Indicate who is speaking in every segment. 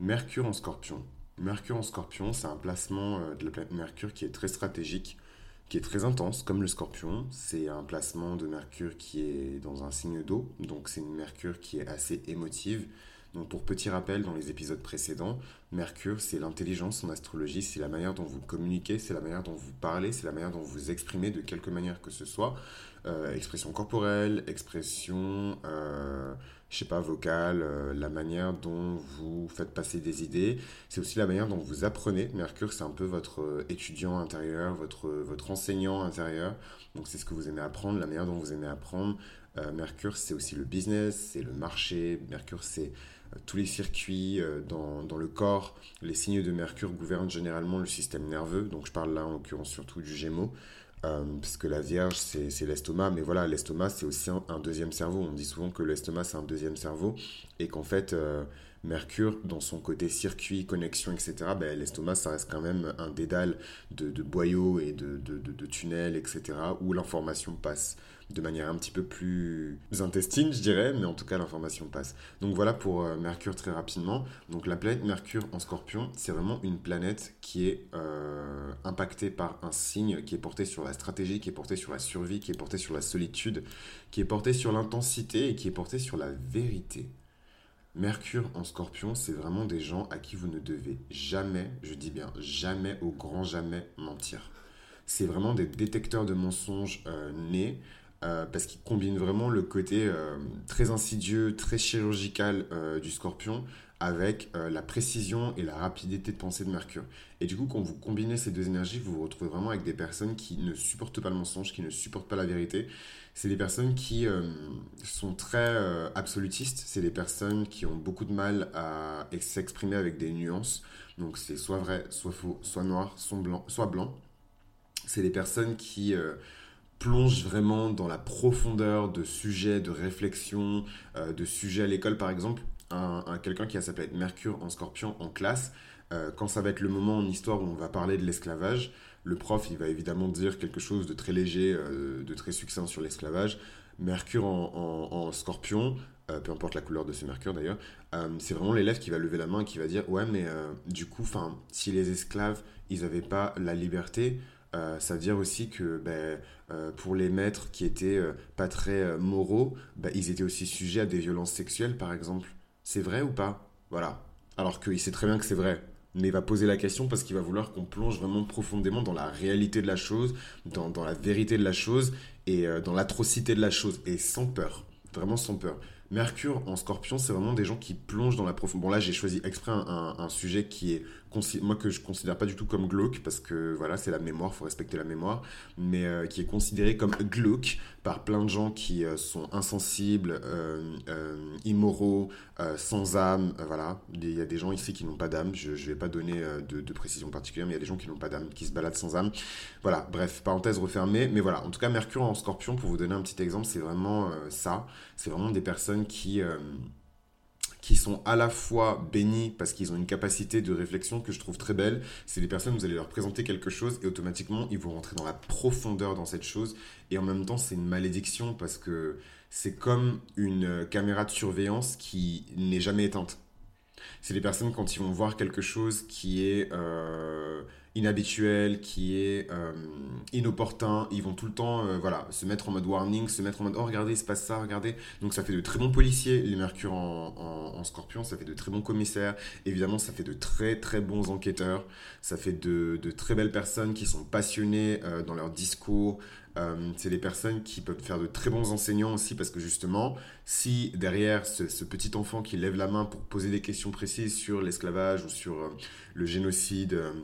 Speaker 1: Mercure en Scorpion. Mercure en Scorpion, c'est un placement de la planète Mercure qui est très stratégique, qui est très intense, comme le Scorpion. C'est un placement de Mercure qui est dans un signe d'eau, donc c'est une Mercure qui est assez émotive. Donc pour petit rappel, dans les épisodes précédents, Mercure, c'est l'intelligence en astrologie, c'est la manière dont vous communiquez, c'est la manière dont vous parlez, c'est la manière dont vous exprimez de quelque manière que ce soit. Expression corporelle, expression, je sais pas, vocale, la manière dont vous faites passer des idées. C'est aussi la manière dont vous apprenez. Mercure, c'est un peu votre étudiant intérieur, votre enseignant intérieur. Donc c'est ce que vous aimez apprendre, la manière dont vous aimez apprendre. Mercure, c'est aussi le business, c'est le marché. Mercure, c'est tous les circuits dans le corps. Les signes de Mercure gouvernent généralement le système nerveux. Donc je parle là en l'occurrence surtout du Gémeaux. Parce que la Vierge, c'est l'estomac, mais voilà, l'estomac, c'est aussi un deuxième cerveau. On dit souvent que l'estomac, c'est un deuxième cerveau, et qu'en fait, Mercure, dans son côté circuit, connexion, etc., ben, l'estomac, ça reste quand même un dédale de boyaux et de tunnels, etc., où l'information passe de manière un petit peu plus intestine, je dirais, mais en tout cas, l'information passe. Donc voilà pour Mercure très rapidement. Donc la planète Mercure en Scorpion, c'est vraiment une planète qui est impactée par un signe qui est porté sur la stratégie, qui est porté sur la survie, qui est porté sur la solitude, qui est porté sur l'intensité et qui est porté sur la vérité. Mercure en Scorpion, c'est vraiment des gens à qui vous ne devez jamais, je dis bien jamais, au grand jamais mentir. C'est vraiment des détecteurs de mensonges nés parce qu'ils combinent vraiment le côté très insidieux, très chirurgical du Scorpion avec la précision et la rapidité de pensée de Mercure. Et du coup, quand vous combinez ces deux énergies, vous vous retrouvez vraiment avec des personnes qui ne supportent pas le mensonge, qui ne supportent pas la vérité. C'est des personnes qui sont très absolutistes, c'est des personnes qui ont beaucoup de mal à s'exprimer avec des nuances. Donc c'est soit vrai, soit faux, soit noir, soit blanc, soit blanc. C'est des personnes qui plongent vraiment dans la profondeur de sujets, de réflexions, de sujets à l'école par exemple. Quelqu'un qui a sa planète Mercure en Scorpion en classe, quand ça va être le moment en histoire où on va parler de l'esclavage, le prof il va évidemment dire quelque chose de très léger, de très succinct sur l'esclavage. Mercure en Scorpion, peu importe la couleur de ce Mercure d'ailleurs, c'est vraiment l'élève qui va lever la main et qui va dire ouais mais du coup, si les esclaves ils n'avaient pas la liberté, ça veut dire aussi que ben, pour les maîtres qui étaient pas très moraux, ben, ils étaient aussi sujets à des violences sexuelles, par exemple. C'est vrai ou pas? Voilà. Alors qu'il sait très bien que c'est vrai. Mais il va poser la question parce qu'il va vouloir qu'on plonge vraiment profondément dans la réalité de la chose, dans la vérité de la chose et dans l'atrocité de la chose. Et sans peur. Vraiment sans peur. Mercure en Scorpion, c'est vraiment des gens qui plongent dans la profondeur. Bon là, j'ai choisi exprès un sujet qui est moi que je considère pas du tout comme glauque parce que voilà, c'est la mémoire, faut respecter la mémoire, mais qui est considéré comme glauque par plein de gens qui sont insensibles, immoraux, sans âme, voilà. Il y a des gens ici qui n'ont pas d'âme, je vais pas donner de précision particulière, mais il y a des gens qui n'ont pas d'âme, qui se baladent sans âme. Voilà, bref, parenthèse refermée, mais voilà, en tout cas Mercure en Scorpion, pour vous donner un petit exemple, c'est vraiment ça, c'est vraiment des personnes qui sont à la fois bénis parce qu'ils ont une capacité de réflexion que je trouve très belle. C'est des personnes, vous allez leur présenter quelque chose et automatiquement, ils vont rentrer dans la profondeur dans cette chose. Et en même temps, c'est une malédiction parce que c'est comme une caméra de surveillance qui n'est jamais éteinte. C'est des personnes quand ils vont voir quelque chose qui est inhabituel, qui est inopportun, ils vont tout le temps voilà, se mettre en mode warning, se mettre en mode oh regardez, il se passe ça, regardez. Donc ça fait de très bons policiers, les Mercure en Scorpion, ça fait de très bons commissaires, évidemment ça fait de très très bons enquêteurs, ça fait de très belles personnes qui sont passionnées dans leur discours. C'est des personnes qui peuvent faire de très bons enseignants aussi parce que justement, si derrière ce petit enfant qui lève la main pour poser des questions précises sur l'esclavage ou sur le génocide, euh,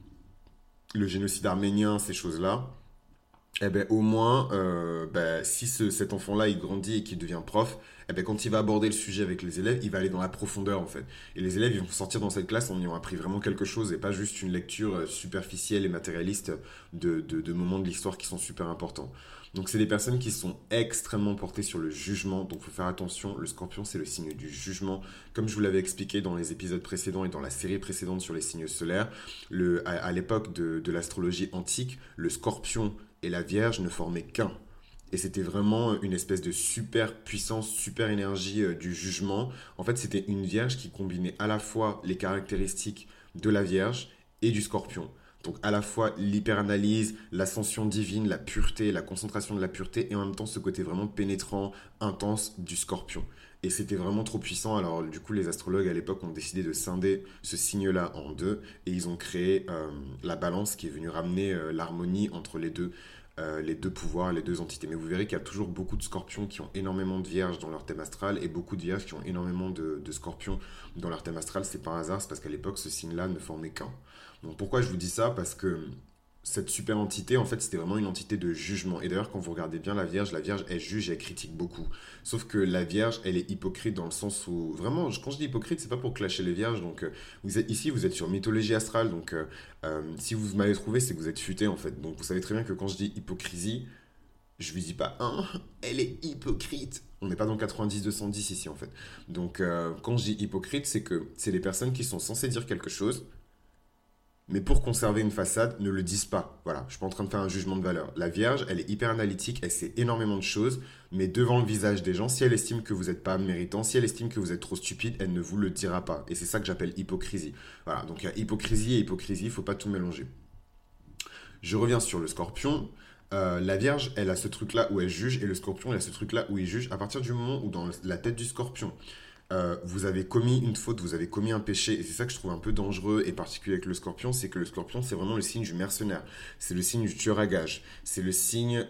Speaker 1: le génocide arménien, ces choses-là, eh ben, au moins, ben, si cet enfant-là, il grandit et qu'il devient prof, eh ben, quand il va aborder le sujet avec les élèves, il va aller dans la profondeur, en fait. Et les élèves, ils vont sortir dans cette classe en ayant appris vraiment quelque chose et pas juste une lecture superficielle et matérialiste de moments de l'histoire qui sont super importants. Donc, c'est des personnes qui sont extrêmement portées sur le jugement. Donc, il faut faire attention. Le scorpion, c'est le signe du jugement. Comme je vous l'avais expliqué dans les épisodes précédents et dans la série précédente sur les signes solaires, à l'époque de l'astrologie antique, le scorpion et la Vierge ne formaient qu'un. Et c'était vraiment une espèce de super puissance, super énergie du jugement. En fait, c'était une vierge qui combinait à la fois les caractéristiques de la vierge et du scorpion. Donc à la fois l'hyperanalyse, l'ascension divine, la pureté, la concentration de la pureté, et en même temps ce côté vraiment pénétrant, intense du scorpion. Et c'était vraiment trop puissant. Alors du coup, les astrologues à l'époque ont décidé de scinder ce signe-là en deux, et ils ont créé la balance qui est venue ramener l'harmonie entre les deux pouvoirs, les deux entités. Mais vous verrez qu'il y a toujours beaucoup de scorpions qui ont énormément de vierges dans leur thème astral et beaucoup de vierges qui ont énormément de scorpions dans leur thème astral. C'est pas un hasard, c'est parce qu'à l'époque, ce signe-là ne formait qu'un. Donc pourquoi je vous dis ça? Parce que cette super entité, en fait, c'était vraiment une entité de jugement. Et d'ailleurs, quand vous regardez bien la Vierge, elle juge et elle critique beaucoup. Sauf que la Vierge, elle est hypocrite dans le sens où, vraiment, quand je dis hypocrite, c'est pas pour clasher les Vierges. Donc, ici, vous êtes sur mythologie astrale. Donc, si vous m'avez trouvé, c'est que vous êtes futé, en fait. Donc, vous savez très bien que quand je dis hypocrisie, je ne lui dis pas, hein, elle est hypocrite. On n'est pas dans 90-210 ici, en fait. Donc, quand je dis hypocrite, c'est que c'est les personnes qui sont censées dire quelque chose, mais pour conserver une façade, ne le disent pas. Voilà, je suis pas en train de faire un jugement de valeur. La Vierge, elle est hyper analytique, elle sait énormément de choses, mais devant le visage des gens, si elle estime que vous n'êtes pas méritant, si elle estime que vous êtes trop stupide, elle ne vous le dira pas. Et c'est ça que j'appelle hypocrisie. Voilà, donc il y a hypocrisie et hypocrisie, il faut pas tout mélanger. Je reviens sur le scorpion. La Vierge, elle a ce truc-là où elle juge, et le scorpion, il a ce truc-là où il juge. À partir du moment où dans la tête du scorpion, vous avez commis une faute, vous avez commis un péché, et c'est ça que je trouve un peu dangereux et particulier avec le scorpion, c'est que le scorpion, c'est vraiment le signe du mercenaire, c'est le signe du tueur à gages, c'est le signe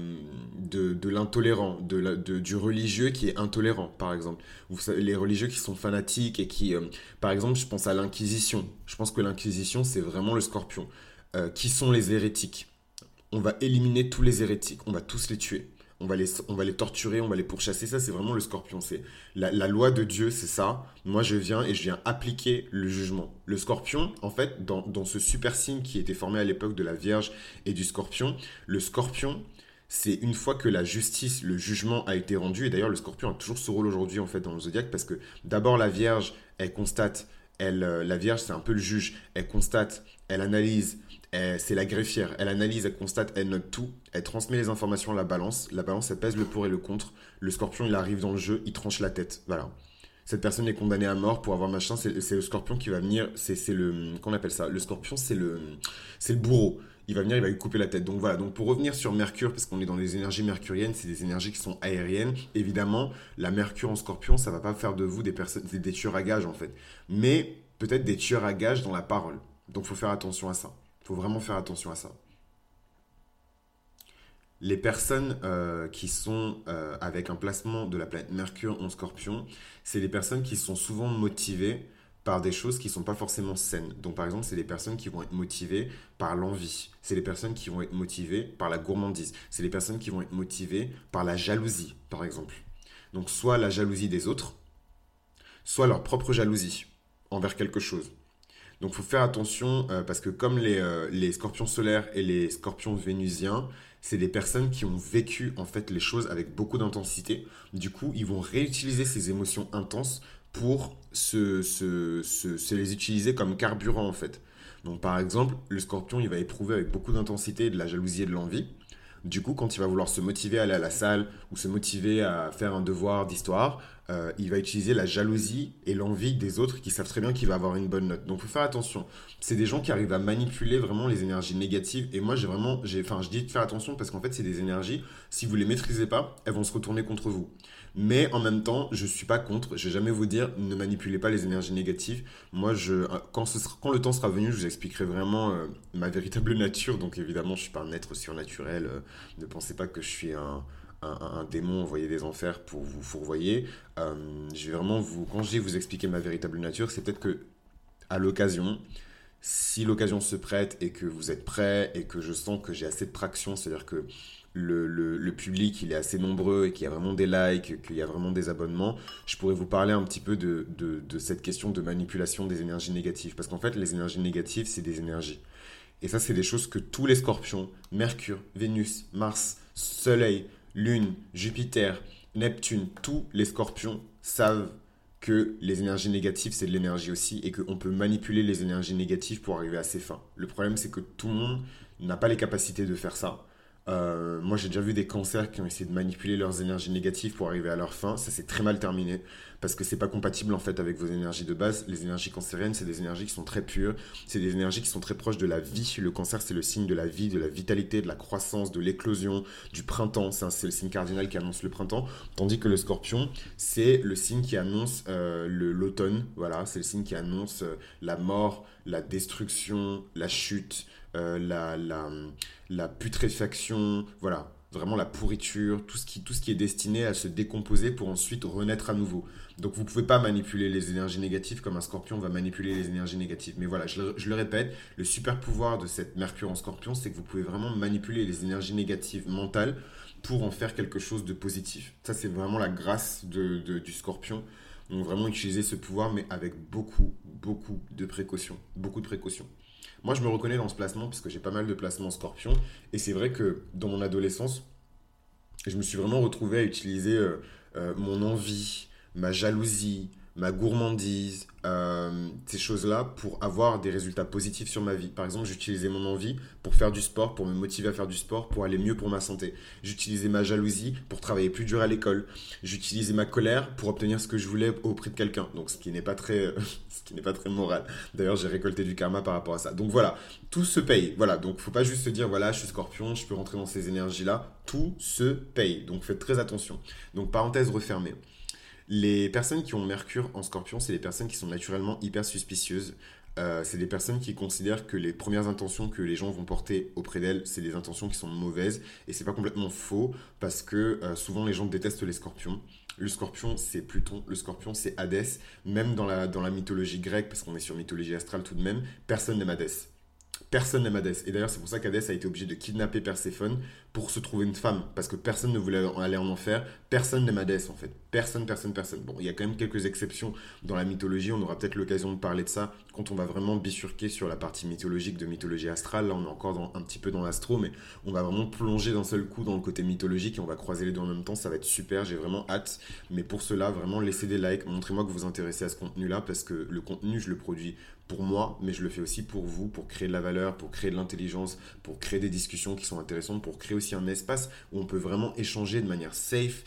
Speaker 1: de l'intolérant, du religieux qui est intolérant, par exemple. Vous savez, les religieux qui sont fanatiques et qui, par exemple, je pense à l'Inquisition. Je pense que l'Inquisition, c'est vraiment le scorpion. Qui sont les hérétiques? On va éliminer tous les hérétiques, on va tous les tuer. On va les torturer, on va les pourchasser. Ça, c'est vraiment le scorpion. C'est la loi de Dieu, c'est ça. Moi, je viens et je viens appliquer le jugement. Le scorpion, en fait, dans ce super signe qui était formé à l'époque de la Vierge et du scorpion, le scorpion, c'est une fois que la justice, le jugement a été rendu. Et d'ailleurs, le scorpion a toujours ce rôle aujourd'hui, en fait, dans le zodiaque, parce que d'abord, la Vierge, elle constate, la Vierge, c'est un peu le juge. Elle constate, elle analyse, c'est la greffière. Elle analyse, elle constate, elle note tout. Elle transmet les informations à la balance. La balance, elle pèse le pour et le contre. Le scorpion, il arrive dans le jeu, il tranche la tête. Voilà. Cette personne est condamnée à mort pour avoir machin. C'est le scorpion qui va venir. C'est le. Qu'on appelle ça? Le scorpion, c'est le bourreau. Il va venir, il va lui couper la tête. Donc voilà. Donc pour revenir sur Mercure, parce qu'on est dans les énergies mercuriennes, c'est des énergies qui sont aériennes. Évidemment, la Mercure en scorpion, ça va pas faire de vous des personnes, des tueurs à gages en fait. Mais peut-être des tueurs à gages dans la parole. Donc faut faire attention à ça. Faut vraiment faire attention à ça. Les personnes qui sont avec un placement de la planète Mercure en Scorpion, c'est les personnes qui sont souvent motivées par des choses qui ne sont pas forcément saines. Donc par exemple, c'est les personnes qui vont être motivées par l'envie. C'est les personnes qui vont être motivées par la gourmandise. C'est les personnes qui vont être motivées par la jalousie, par exemple. Donc soit la jalousie des autres, soit leur propre jalousie envers quelque chose. Donc, il faut faire attention parce que comme les scorpions solaires et les scorpions vénusiens, c'est des personnes qui ont vécu en fait les choses avec beaucoup d'intensité. Du coup, ils vont réutiliser ces émotions intenses pour se les utiliser comme carburant en fait. Donc, par exemple, le scorpion, il va éprouver avec beaucoup d'intensité de la jalousie et de l'envie. Du coup, quand il va vouloir se motiver à aller à la salle ou se motiver à faire un devoir d'histoire, il va utiliser la jalousie et l'envie des autres qui savent très bien qu'il va avoir une bonne note. Donc, il faut faire attention. C'est des gens qui arrivent à manipuler vraiment les énergies négatives. Et moi, enfin, je dis de faire attention parce qu'en fait, c'est des énergies, si vous les maîtrisez pas, elles vont se retourner contre vous. Mais en même temps, je suis pas contre. Je vais jamais vous dire ne manipulez pas les énergies négatives. Moi, quand le temps sera venu, je vous expliquerai vraiment ma véritable nature. Donc évidemment, je suis pas un être surnaturel. Ne pensez pas que je suis un démon envoyé des enfers pour vous fourvoyer. Je vais vraiment quand je dis vous expliquer ma véritable nature, c'est peut-être que à l'occasion, si l'occasion se prête et que vous êtes prêt et que je sens que j'ai assez de traction, c'est-à-dire que le public il est assez nombreux et qu'il y a vraiment des likes, qu'il y a vraiment des abonnements, je pourrais vous parler un petit peu de cette question de manipulation des énergies négatives. Parce qu'en fait, les énergies négatives, c'est des énergies. Et ça, c'est des choses que tous les scorpions, Mercure, Vénus, Mars, Soleil, Lune, Jupiter, Neptune, tous les scorpions savent que les énergies négatives, c'est de l'énergie aussi et qu'on peut manipuler les énergies négatives pour arriver à ses fins. Le problème, c'est que tout le monde n'a pas les capacités de faire ça. Moi, j'ai déjà vu des cancers qui ont essayé de manipuler leurs énergies négatives pour arriver à leur fin. Ça s'est très mal terminé parce que c'est pas compatible en fait avec vos énergies de base. Les énergies cancériennes, c'est des énergies qui sont très pures, c'est des énergies qui sont très proches de la vie. Le cancer, c'est le signe de la vie, de la vitalité, de la croissance, de l'éclosion, du printemps. C'est le signe cardinal qui annonce le printemps. Tandis que le scorpion, c'est le signe qui annonce l'automne. Voilà, c'est le signe qui annonce la mort, la destruction, la chute, la putréfaction, voilà, vraiment la pourriture, tout ce qui est destiné à se décomposer pour ensuite renaître à nouveau. Donc vous ne pouvez pas manipuler les énergies négatives comme un scorpion va manipuler les énergies négatives. Mais voilà, je le répète, le super pouvoir de cette Mercure en scorpion, c'est que vous pouvez vraiment manipuler les énergies négatives mentales pour en faire quelque chose de positif. Ça, c'est vraiment la grâce du scorpion. Donc vraiment utiliser ce pouvoir, mais avec beaucoup de précautions. Beaucoup de précautions. Moi, je me reconnais dans ce placement parce que j'ai pas mal de placements en scorpion. Et c'est vrai que dans mon adolescence, je me suis vraiment retrouvé à utiliser mon envie, ma jalousie, ma gourmandise, ces choses-là pour avoir des résultats positifs sur ma vie. Par exemple, j'utilisais mon envie pour faire du sport, pour me motiver à faire du sport, pour aller mieux pour ma santé. J'utilisais ma jalousie pour travailler plus dur à l'école. J'utilisais ma colère pour obtenir ce que je voulais auprès de quelqu'un. Donc, ce qui n'est pas très, ce qui n'est pas très moral. D'ailleurs, j'ai récolté du karma par rapport à ça. Donc voilà, tout se paye. Voilà, donc faut pas juste se dire, voilà, je suis scorpion, je peux rentrer dans ces énergies-là. Tout se paye. Donc faites très attention. Donc parenthèse refermée. Les personnes qui ont Mercure en scorpion, c'est les personnes qui sont naturellement hyper suspicieuses. C'est des personnes qui considèrent que les premières intentions que les gens vont porter auprès d'elles, c'est des intentions qui sont mauvaises. Et c'est pas complètement faux, parce que souvent les gens détestent les scorpions. Le scorpion, c'est Pluton. Le scorpion, c'est Hadès. Même dans la mythologie grecque, parce qu'on est sur mythologie astrale tout de même, personne n'aime Hadès. Personne n'aime Hadès. Et d'ailleurs, c'est pour ça qu'Hadès a été obligé de kidnapper Perséphone pour se trouver une femme. Parce que personne ne voulait aller en enfer. Personne n'aime Hadès, en fait. Personne. Bon, il y a quand même quelques exceptions dans la mythologie. On aura peut-être l'occasion de parler de ça quand on va vraiment bifurquer sur la partie mythologique de mythologie astrale. Là, on est encore un petit peu dans l'astro, mais on va vraiment plonger d'un seul coup dans le côté mythologique et on va croiser les deux en même temps. Ça va être super. J'ai vraiment hâte. Mais pour cela, vraiment, laissez des likes. Montrez-moi que vous vous intéressez à ce contenu-là parce que le contenu, je le produis pour moi, mais je le fais aussi pour vous, pour créer de la valeur, pour créer de l'intelligence, pour créer des discussions qui sont intéressantes, pour créer aussi un espace où on peut vraiment échanger de manière safe,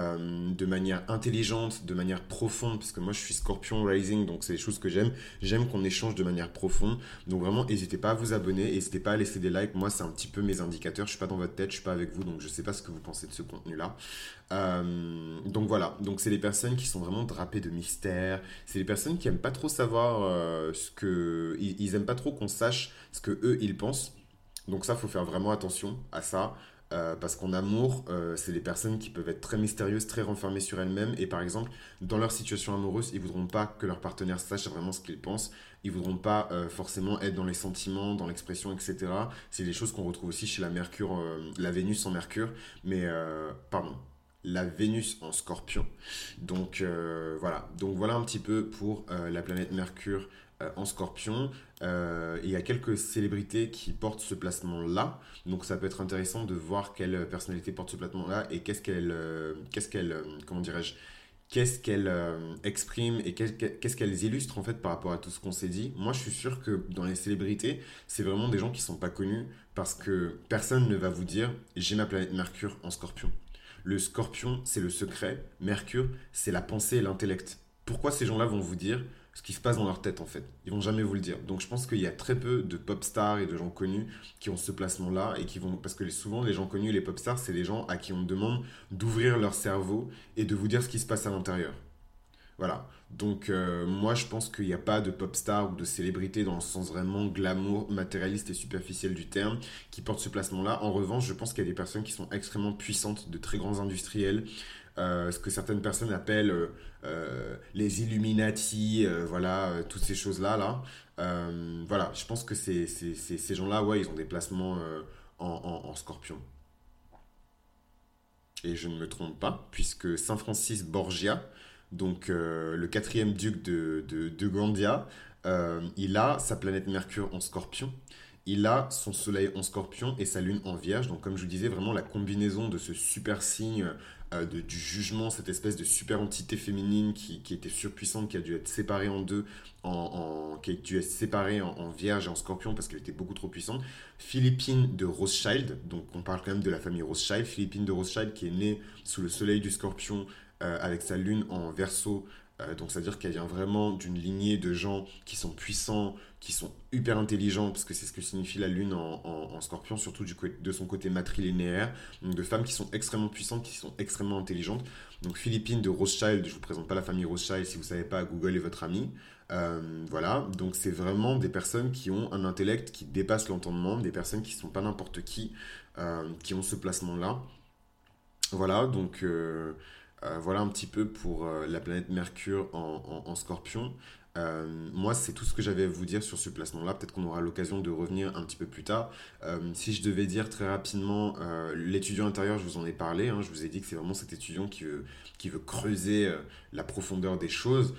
Speaker 1: de manière intelligente, de manière profonde, parce que moi je suis Scorpion Rising, donc c'est des choses que j'aime. J'aime qu'on échange de manière profonde. Donc vraiment, n'hésitez pas à vous abonner, n'hésitez pas à laisser des likes. Moi, c'est un petit peu mes indicateurs. Je suis pas dans votre tête, je suis pas avec vous, donc je sais pas ce que vous pensez de ce contenu-là. Donc voilà, donc c'est les personnes qui sont vraiment drapées de mystère. C'est les personnes qui aiment pas trop savoir ce que ils aiment pas trop qu'on sache ce que eux ils pensent. Donc ça, faut faire vraiment attention à ça. Parce qu'en amour, c'est des personnes qui peuvent être très mystérieuses, très renfermées sur elles-mêmes. Et par exemple, dans leur situation amoureuse, ils voudront pas que leur partenaire sache vraiment ce qu'ils pensent. Ils voudront pas forcément être dans les sentiments, dans l'expression, etc. C'est des choses qu'on retrouve aussi chez la Mercure, la Vénus en Mercure. Mais pardon, la Vénus en Scorpion. Donc voilà un petit peu pour la planète Mercure en Scorpion. Il y a quelques célébrités qui portent ce placement-là. Donc ça peut être intéressant de voir quelle personnalité porte ce placement-là et comment dirais-je, qu'est-ce qu'elle exprime et qu'est-ce qu'elles illustrent en fait par rapport à tout ce qu'on s'est dit. Moi, je suis sûr que dans les célébrités, c'est vraiment des gens qui sont pas connus parce que personne ne va vous dire j'ai ma planète Mercure en Scorpion. Le Scorpion, c'est le secret. Mercure, c'est la pensée et l'intellect. Pourquoi ces gens-là vont vous dire ce qui se passe dans leur tête en fait? Ils vont jamais vous le dire. Donc je pense qu'il y a très peu de pop stars et de gens connus qui ont ce placement-là et qui vont parce que souvent les gens connus, les pop stars, c'est les gens à qui on demande d'ouvrir leur cerveau et de vous dire ce qui se passe à l'intérieur. Voilà. Donc moi je pense qu'il n'y a pas de pop star ou de célébrité dans le sens vraiment glamour, matérialiste et superficiel du terme qui porte ce placement-là. En revanche, je pense qu'il y a des personnes qui sont extrêmement puissantes, de très grands industriels, ce que certaines personnes appellent les Illuminati, voilà, toutes ces choses-là. Voilà, je pense que ces gens-là, ouais, ils ont des placements en scorpion. Et je ne me trompe pas, puisque Saint Francis Borgia, donc le quatrième duc de Gandia, il a sa planète Mercure en scorpion, il a son soleil en scorpion et sa lune en vierge. Donc comme je vous disais, vraiment la combinaison de ce super signe du jugement, cette espèce de super entité féminine qui était surpuissante, qui a dû être séparée en deux, qui a dû être séparée en Vierge et en Scorpion parce qu'elle était beaucoup trop puissante. Philippine de Rothschild, donc on parle quand même de la famille Rothschild. Philippine de Rothschild qui est née sous le soleil du Scorpion avec sa lune en Verseau. Donc c'est-à-dire qu'elle vient vraiment d'une lignée de gens qui sont puissants, qui sont hyper intelligents, parce que c'est ce que signifie la lune en Scorpion, surtout de son côté matrilinéaire. Donc de femmes qui sont extrêmement puissantes, qui sont extrêmement intelligentes. Donc Philippine de Rothschild, je vous présente pas la famille Rothschild, si vous savez pas, Google est votre ami. Voilà, donc c'est vraiment des personnes qui ont un intellect qui dépasse l'entendement, des personnes qui sont pas n'importe qui ont ce placement-là. Voilà, donc voilà un petit peu pour la planète Mercure en Scorpion. Moi, c'est tout ce que j'avais à vous dire sur ce placement-là. Peut-être qu'on aura l'occasion de revenir un petit peu plus tard. Si je devais dire très rapidement, l'étudiant intérieur, je vous en ai parlé, hein. Je vous ai dit que c'est vraiment cet étudiant qui veut creuser la profondeur des choses.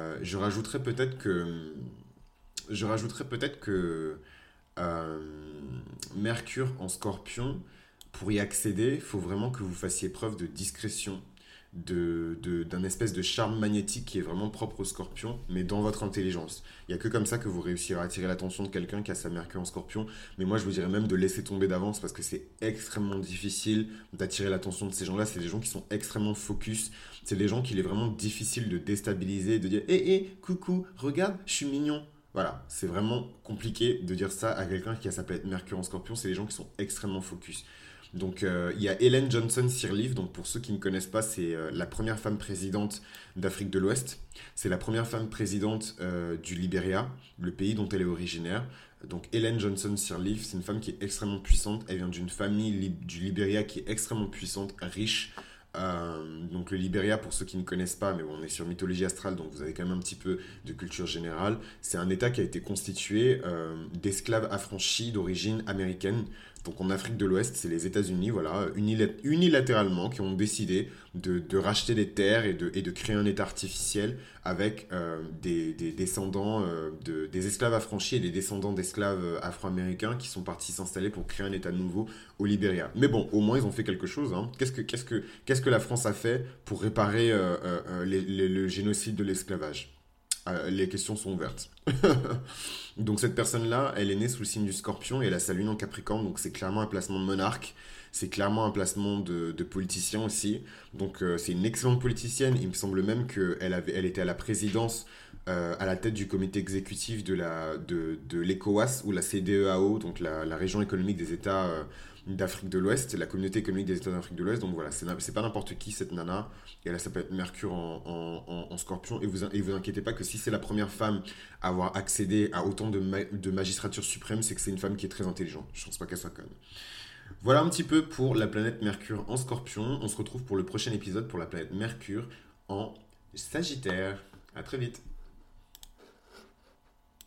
Speaker 1: Je rajouterais peut-être que euh, Mercure en Scorpion, pour y accéder, il faut vraiment que vous fassiez preuve de discrétion, d'un espèce de charme magnétique qui est vraiment propre au Scorpion, mais dans votre intelligence. Il n'y a que comme ça que vous réussirez à attirer l'attention de quelqu'un qui a sa Mercure en Scorpion. Mais moi, je vous dirais même de laisser tomber d'avance parce que c'est extrêmement difficile d'attirer l'attention de ces gens-là. C'est des gens qui sont extrêmement focus. C'est des gens qu'il est vraiment difficile de déstabiliser, de dire hé, hé, coucou, regarde, je suis mignon. Voilà, c'est vraiment compliqué de dire ça à quelqu'un qui a sa planète Mercure en Scorpion. C'est des gens qui sont extrêmement focus. Donc il y a Ellen Johnson Sirleaf, donc pour ceux qui ne connaissent pas, c'est la première femme présidente d'Afrique de l'Ouest. C'est la première femme présidente du Libéria, le pays dont elle est originaire. Donc Ellen Johnson Sirleaf, c'est une femme qui est extrêmement puissante. Elle vient d'une famille du Libéria qui est extrêmement puissante, riche. Donc le Libéria, pour ceux qui ne connaissent pas, mais bon, on est sur mythologie astrale, donc vous avez quand même un petit peu de culture générale. C'est un État qui a été constitué d'esclaves affranchis d'origine américaine. Donc en Afrique de l'Ouest, c'est les États-Unis, voilà, unilatéralement, qui ont décidé de racheter des terres et de créer un État artificiel avec des descendants des esclaves affranchis et des descendants d'esclaves afro-américains qui sont partis s'installer pour créer un État nouveau au Libéria. Mais bon, au moins ils ont fait quelque chose, hein. Qu'est-ce que la France a fait pour réparer le génocide de l'esclavage? Les questions sont ouvertes. Donc cette personne-là, elle est née sous le signe du Scorpion et elle a sa lune en Capricorne, donc c'est clairement un placement de monarque, c'est clairement un placement de politicien aussi. Donc c'est une excellente politicienne, il me semble même elle était à la présidence, à la tête du comité exécutif de l'ECOWAS ou la CEDEAO, donc la région économique des États d'Afrique de l'Ouest, la communauté économique des États d'Afrique de l'Ouest. Donc voilà, c'est pas n'importe qui cette nana, et elle, ça peut être Mercure en Scorpion, et vous inquiétez pas que si c'est la première femme à avoir accédé à autant de magistrature suprême, c'est que c'est une femme qui est très intelligente. Je pense pas qu'elle soit conne. Voilà un petit peu pour la planète Mercure en Scorpion. On se retrouve pour le prochain épisode pour la planète Mercure en Sagittaire. À très vite.